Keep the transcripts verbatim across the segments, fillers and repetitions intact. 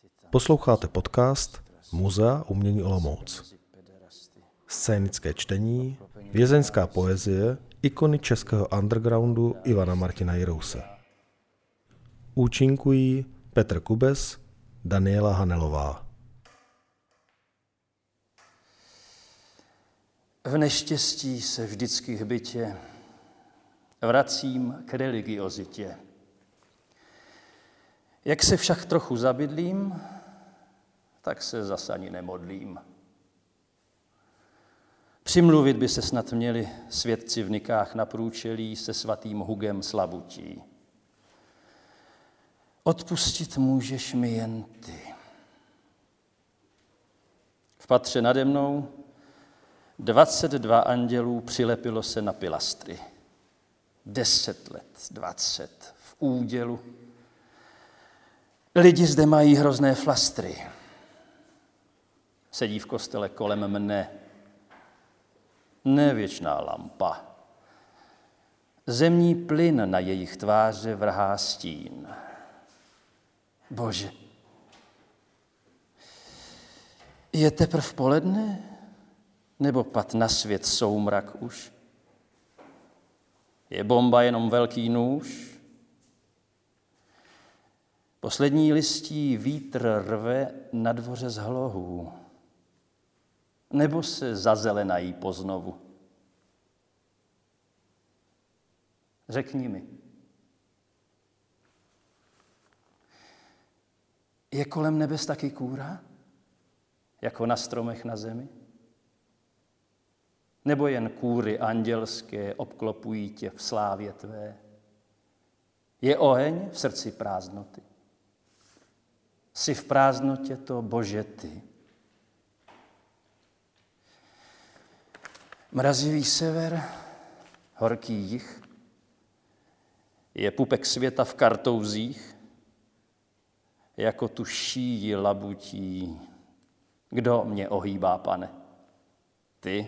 Posloucháte podcast Muzea umění Olomouc. Scénické čtení, vězeňská poezie, ikony českého undergroundu Ivana Martina Jirouse. Účinkují Petr Kubes, Daniela Hanelová. V neštěstí se vždycky hbitě vracím k religiozitě. Jak se však trochu zabydlím, tak se zas ani nemodlím. Přimluvit by se snad měli svědci v nikách na průčelí se svatým Hugem Slabutí. Odpustit můžeš mi jen ty. V patře nade mnou dvacet dva andělů přilepilo se na pilastry. Deset let, dvacet v údělu. Lidi zde mají hrozné flastry. Sedí v kostele kolem mne. Nevěčná lampa. Zemní plyn na jejich tváře vrhá stín. Bože, je teprv poledne? Nebo pad na svět soumrak už? Je bomba jenom velký nůž? Poslední listí vítr rve na dvoře z hlohů. Nebo se zazelenají poznovu? Řekni mi. Je kolem nebes taky kůra? Jako na stromech na zemi? Nebo jen kůry andělské obklopují tě v slávě tvé? Je oheň v srdci prázdnoty? Jsi v prázdnotě to, Bože, ty. Mrazivý sever, horký jih, je pupek světa v kartouzích, jako tu šíji labutí. Kdo mě ohýbá, Pane? Ty?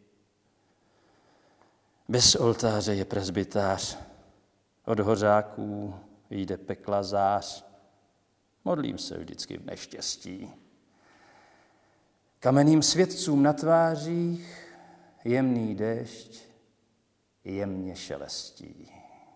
Bez oltáře je presbytář, od hořáků jde pekla zář. Modlím se vždycky v neštěstí. Kamenným svědcům na tvářích jemný déšť jemně šelestí.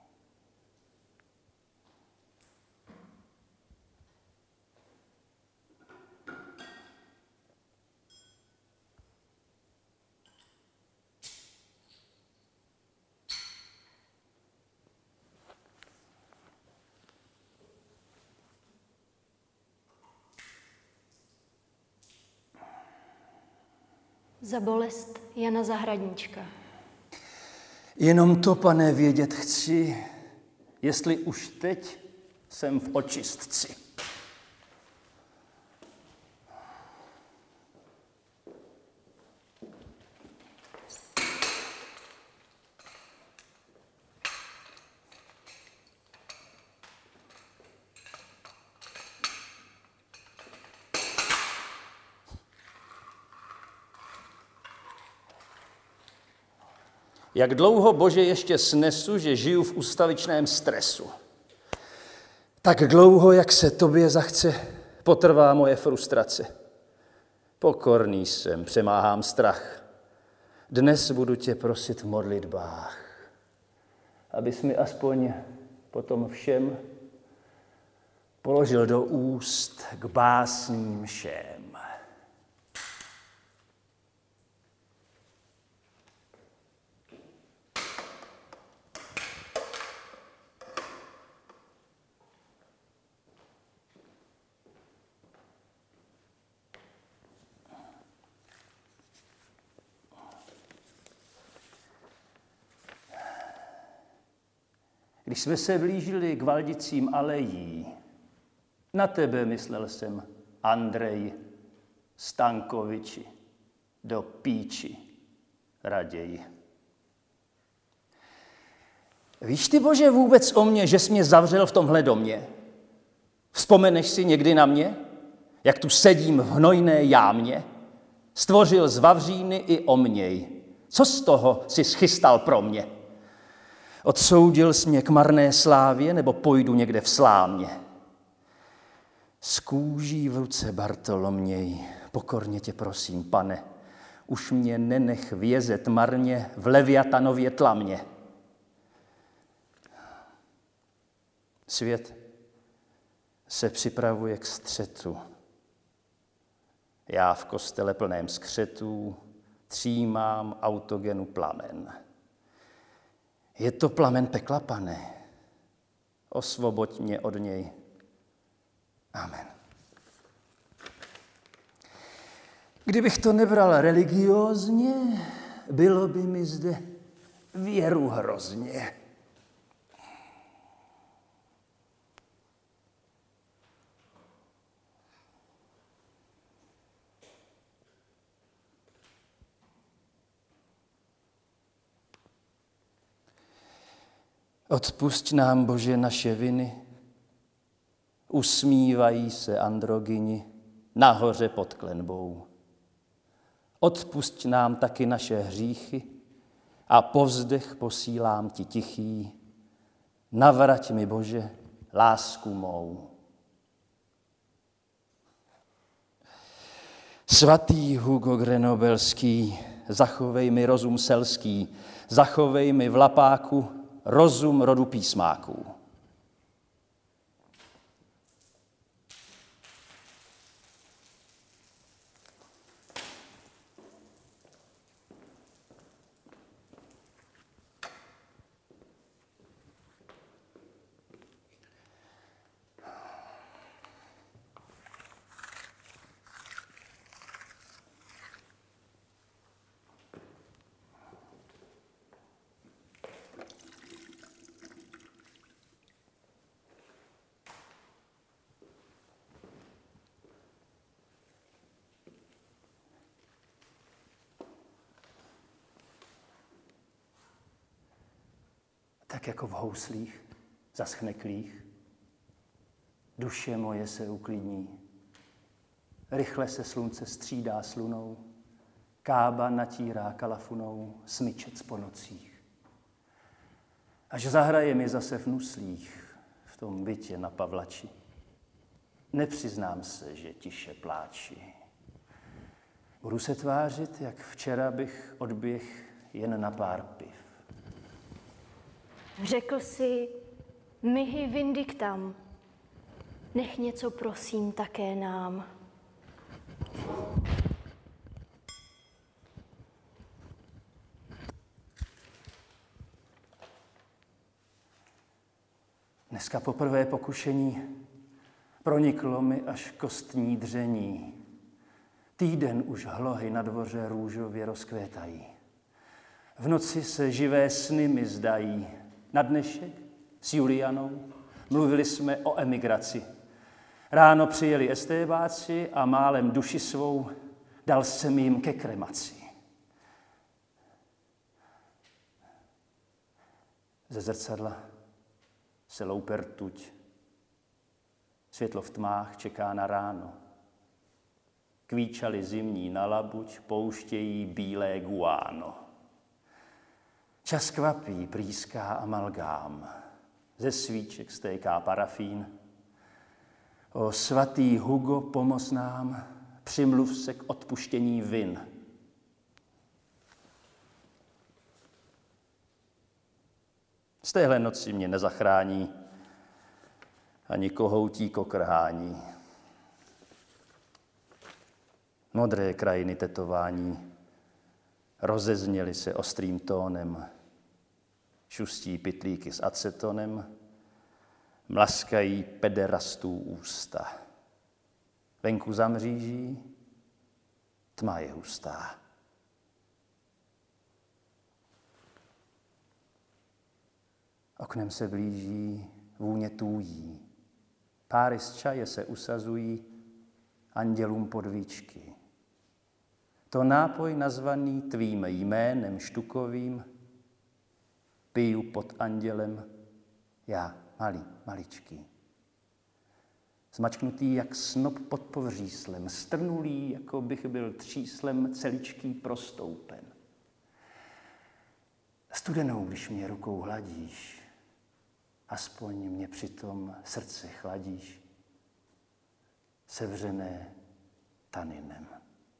Za bolest Jana Zahradníčka. Jenom to, Pane, vědět chci, jestli už teď jsem v očistci. Jak dlouho, Bože, ještě snesu, že žiju v ustavičném stresu? Tak dlouho, jak se tobě zachce, potrvá moje frustrace. Pokorný jsem, přemáhám strach. Dnes budu tě prosit v modlitbách, abys mi aspoň po tom všem položil do úst k básním všem. Když jsme se blížili k Valdicím alejí, na tebe myslel jsem, Andrej Stankoviči, do píči raději. Víš ty, Bože, vůbec o mě, že jsi mě zavřel v tomhle domě? Vzpomeneš si někdy na mě, jak tu sedím v hnojné jámě? Stvořil z vavříny i omněj. Co z toho si schystal pro mě? Odsoudil jsi mě k marné slávě, nebo pojdu někde v slámě? S kůží v ruce Bartoloměj, pokorně tě prosím, Pane, už mě nenech vězet marně v Leviatanově tlamě. Svět se připravuje k střetu. Já v kostele plném skřetů třímám autogenu plamen. Je to plamen pekla, Pane, osvoboď mě od něj. Amen. Kdybych to nebral religiózně, bylo by mi zde věru hrozně. Odpusť nám, Bože, naše viny, usmívají se androgyni nahoře pod klenbou. Odpusť nám taky naše hříchy a povzdech posílám ti tichý. Navrať mi, Bože, lásku mou. Svatý Hugo Grenobelský, zachovej mi rozum selský, zachovej mi v lapáku rozum rodu písmáků. Tak jako v houslích zaschneklých, duše moje se uklidní. Rychle se slunce střídá s lunou, kába natírá kalafunou smyčec po nocích. Až zahraje mi zase v nuslích, v tom bytě na Pavlači. Nepřiznám se, že tiše pláči. Budu se tvářit, jak včera bych odběh jen na pár piv. Řekl si, mihi vindictam, nech něco prosím také nám. Dneska poprvé pokušení proniklo mi až kostní dření. Týden už hlohy na dvoře růžově rozkvétají. V noci se živé sny mi zdají. Na dnešek s Julianou mluvili jsme o emigraci. Ráno přijeli estébáci a málem duši svou dal jsem jim ke kremaci. Ze zrcadla se loupe rtuť. Světlo v tmách čeká na ráno. Kvíčaly zimní na labuť, pouštějí bílé guáno. Čas kvapí, prýská amalgám. Ze svíček stéká parafín. O svatý Hugo, pomoz nám, přimluv se k odpuštění vin. Z téhle noci mě nezachrání ani kohoutí kokrhání. Modré krajiny tetování rozezněly se ostrým tónem. Šustí pytlíky s acetonem, mlaskají pederastů ústa. Venku za mříží tma je hustá. Oknem se blíží vůně tůjí. Páry z čaje se usazují andělům pod víčky. To nápoj nazvaný tvým jménem štukovým piju pod andělem, já, malý, maličký. Zmačknutý jak snop pod povříslem, strnulý, jako bych byl tříslem celičký prostoupen. Studenou, když mě rukou hladíš, aspoň mě přitom srdce chladíš. sevřené taninem.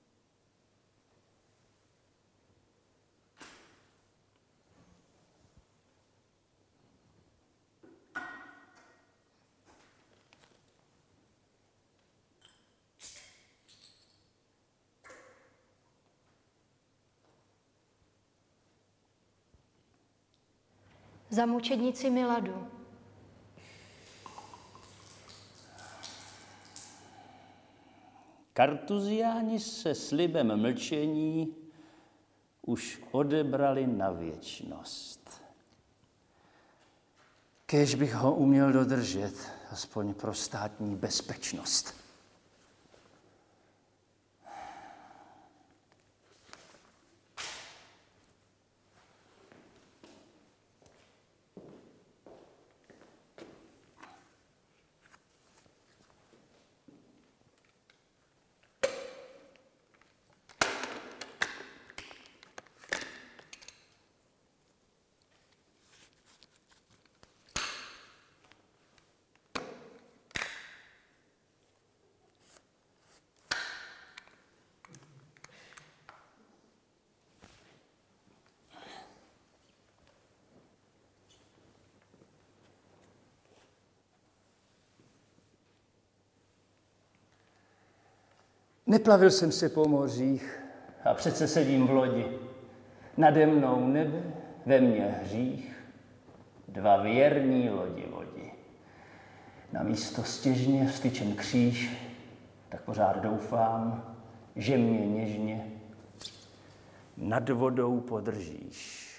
Za mučednici Miladu. Kartuziáni se slibem mlčení už odebrali na věčnost. Kéž bych ho uměl dodržet, aspoň pro státní bezpečnost. Neplavil jsem se po mořích a přece sedím v lodi. Nade mnou nebe, ve mně hřích, dva věrní lodi vodi. Na místo stěžně vstyčen kříž, tak pořád doufám, že mě něžně nad vodou podržíš.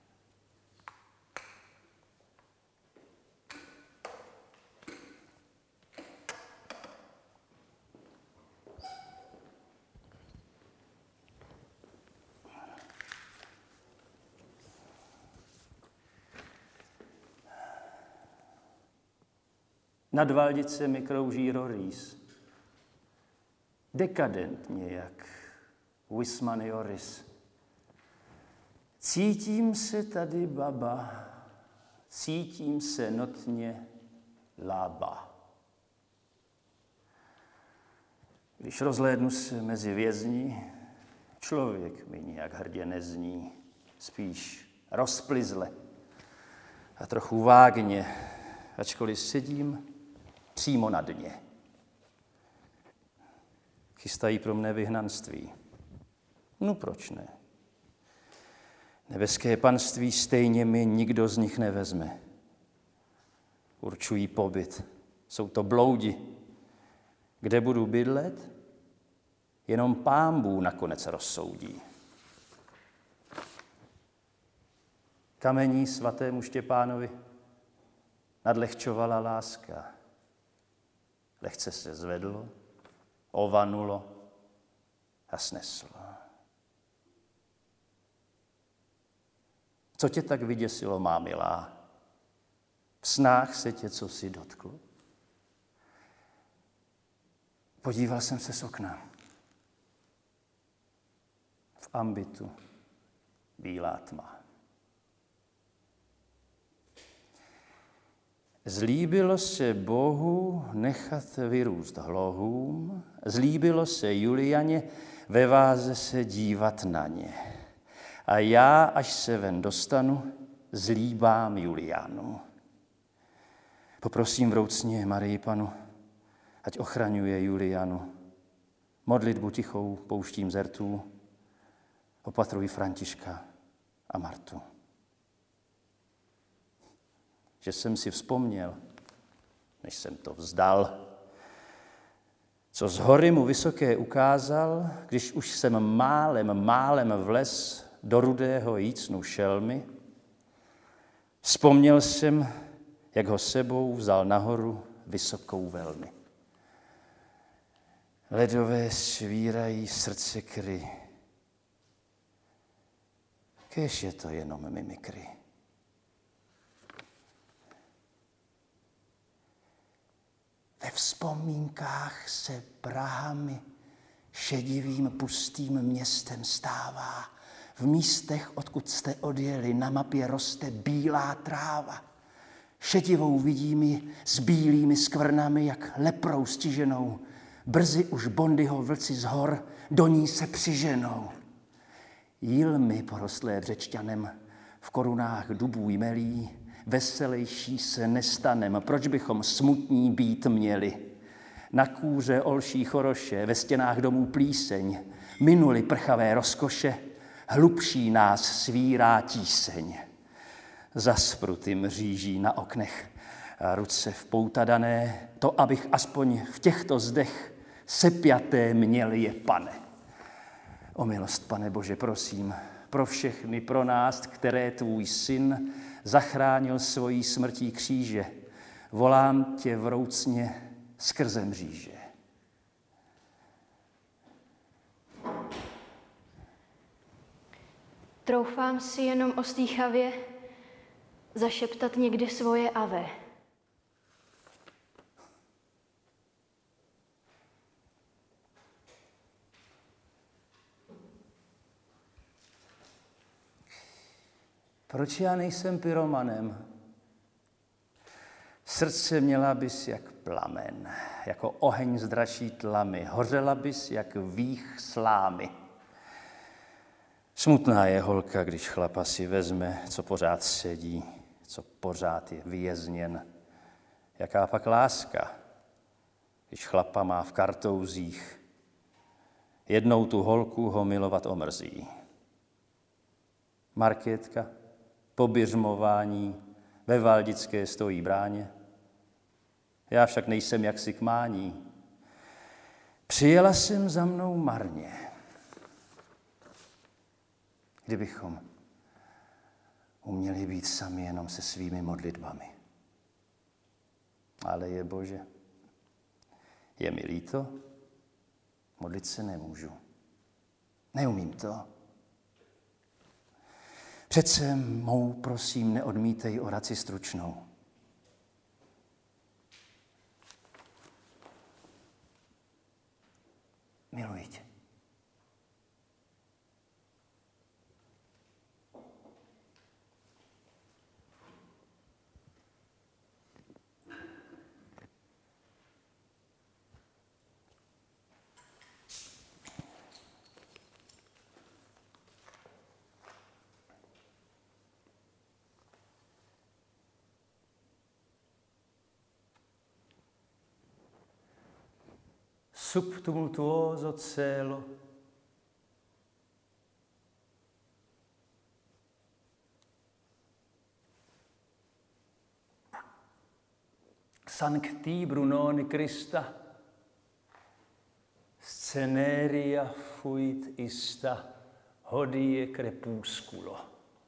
Nad Valdicemi krouží rorýs, dekadentně jak Wisman Joris. Cítím se tady baba, cítím se notně lába. Když rozhlédnu se mezi vězni, člověk mi nijak hrdě nezní, spíš rozplizle a trochu vágně, ačkoliv sedím přímo na dně. Chystají pro mne vyhnanství. No proč ne? Nebeské panství stejně mi nikdo z nich nevezme. Určují pobyt. Jsou to bloudi. Kde budu bydlet? Jenom Pán Bůh nakonec rozsoudí. Kamení svatému Štěpánovi nadlehčovala láska. Lehce se zvedlo, ovanulo a sneslo. Co tě tak vyděsilo, má milá? V snách se tě cosi dotklo? Podíval jsem se z okna. V ambitu bílá tma. Zlíbilo se Bohu nechat vyrůst hlohům, zlíbilo se Julianě ve váze se dívat na ně. A já, až se ven dostanu, zlíbám Julianu. Poprosím vroucně Marii Panu, ať ochraňuje Julianu. Modlitbu tichou pouštím z rtů, opatruji Františka a Martu. Že jsem si vzpomněl, než jsem to vzdal, co z hory mu vysoké ukázal, když už jsem málem, málem vlez do rudého jícnu šelmy. Vzpomněl jsem, jak ho sebou vzal nahoru vysokou velmi. Ledové svírají srdce kry. Kéž je to jenom mimikry. Ve vzpomínkách se Prahami šedivým pustým městem stává. V místech, odkud jste odjeli, na mapě roste bílá tráva. Šedivou vidím ji s bílými skvrnami, jak leprou stiženou. Brzy už Bondyho vlci z hor do ní se přiženou. Jilmy porostlé břečťanem, v korunách dubů jmelí, veselejší se nestanem, proč bychom smutní být měli. Na kůře olší choroše, ve stěnách domů plíseň, minuli prchavé rozkoše, hlubší nás svírá tíseň. Zaspruty mříží na oknech, a ruce v pouta dané, to, abych aspoň v těchto zdech sepjaté měl je, pane. O milost, Pane Bože, prosím, pro všechny, pro nás, které tvůj syn zachránil svojí smrtí kříže. Volám tě vroucně skrze mříže. Troufám si jenom ostýchavě zašeptat někdy svoje ave. Proč já nejsem pyromanem? Srdce měla bys jak plamen, jako oheň z dračí tlamy, hořela bys jak vých slámy. Smutná je holka, když chlapa si vezme, co pořád sedí, co pořád je vězněn. Jaká pak láska, když chlapa má v kartouzích, jednou tu holku ho milovat omrzí. Markétka po běžmování ve Valdické stojí bráně. Já však nejsem jaksi k mání. Přijela jsem za mnou marně. Kdybychom uměli být sami jenom se svými modlitbami. Ale je Bože, je mi líto, modlit se nemůžu. Neumím to. Přece mou, prosím, neodmítej oraci stručnou. Miluji tě. Sub tumultuoso cielo, Sancti Brunoni Christa, sceneria fuit ista, hodie crepusculo.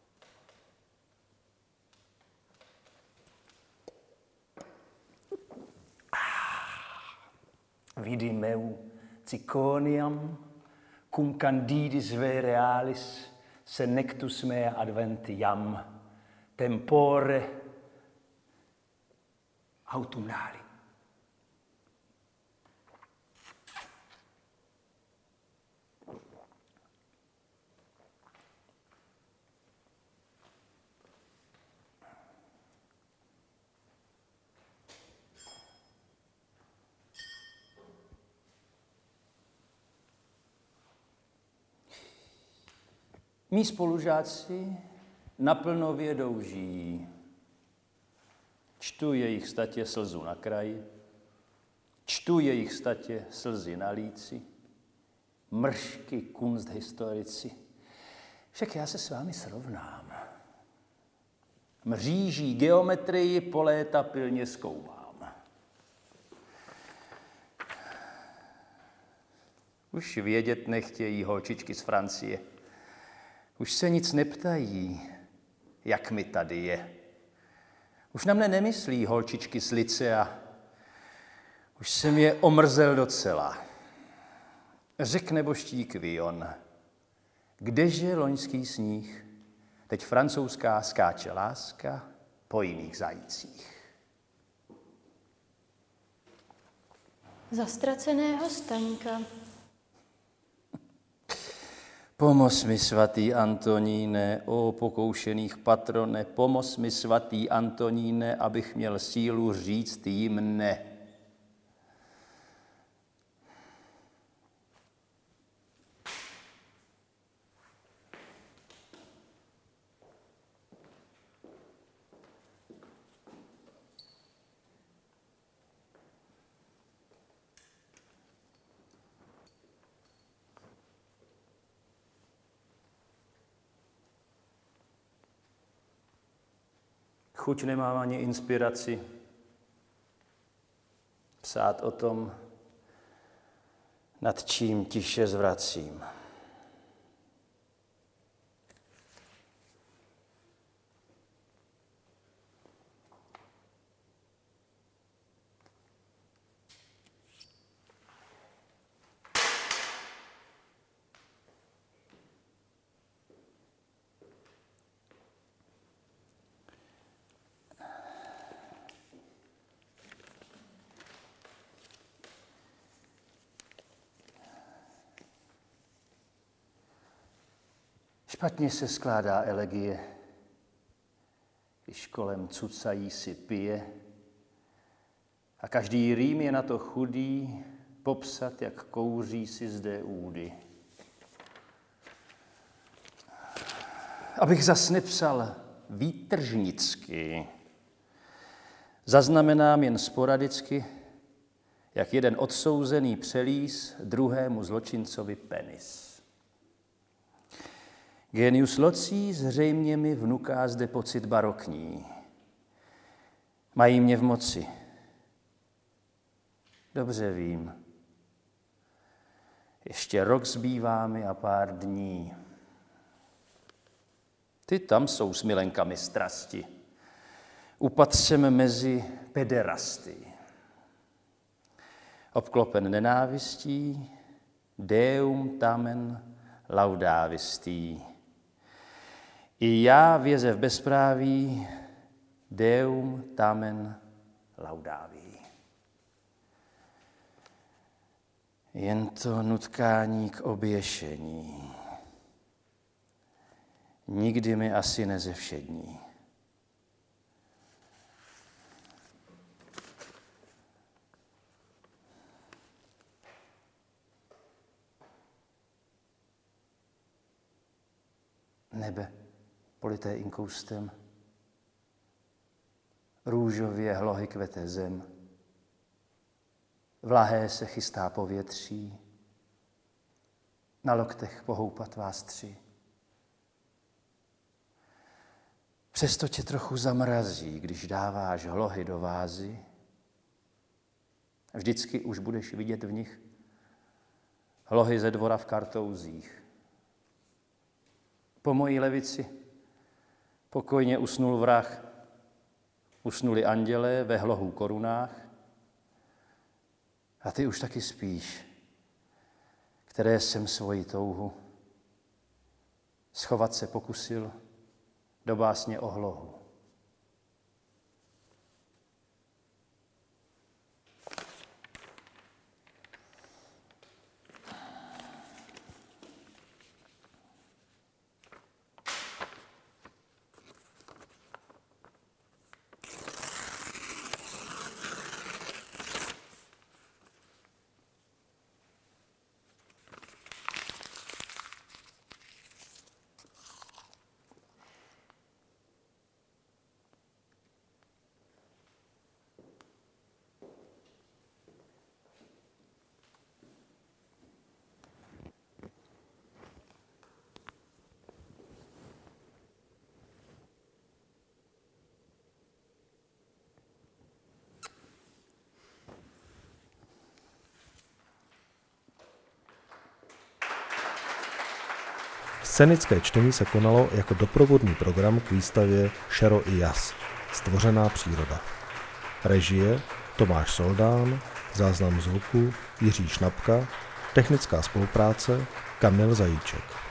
Vidi meu ciconiam, cum candidis ve realis, senectus mea adventiam, tempore autumnali. Mí spolužáci naplno vědou žijí. Čtu jejich statě slzu na kraji, čtu jejich statě slzy na líci, mršky kunsthistorici. Však já se s vámi srovnám. Mříží geometrii po léta pilně zkoumám. Už vědět nechtějí holčičky z Francie. Už se nic neptají, jak mi tady je. Už na mne nemyslí holčičky z Licea. Už jsem je omrzel docela. Řekne boštík Vion, kdeže loňský sníh, teď francouzská skáče láska po jiných zajících. Zastraceného Staňka. Pomoz mi, svatý Antoníne, o pokoušených patrone, pomoz mi, svatý Antoníne, abych měl sílu říct jim ne. chuť, nemám ani inspiraci psát o tom, nad čím tiše zvracím. Špatně se skládá elegie, když kolem cucají si pije a každý rým je na to chudý popsat, jak kouří si zde údy. Abych zas nepsal výtržnicky, zaznamenám jen sporadicky, jak jeden odsouzený přelíz druhému zločincovi penis. Genius loci zřejmě mi vnuká zde pocit barokní. Mají mě v moci. Dobře vím. Ještě rok zbývá mi a pár dní. Ty tam jsou s milenkami strasti. Upad jsem mezi pederasty. Obklopen nenávistí, deum tamen laudavistí. I já věze v bezpráví, deum tamen laudaví. Jen to nutkání k oběšení. Nikdy mi asi nezevšední. Nebe polité inkoustem, růžově hlohy kvete zem, vlahé se chystá povětří, na loktech pohoupat vás tři. Přesto tě trochu zamrazí, když dáváš hlohy do vázy. Vždycky už budeš vidět v nich hlohy ze dvora v Kartouzích. Po mojí levici pokojně usnul vrah, usnuli andělé ve hlohů korunách a ty už taky spíš, které jsem svoji touhu schovat se pokusil do básně o hlohu. Scénické čtení se konalo jako doprovodný program k výstavě Šero i jas. Stvořená příroda. Režie Tomáš Soldán, záznam zvuku Jiří Šnapka, technická spolupráce Kamil Zajíček.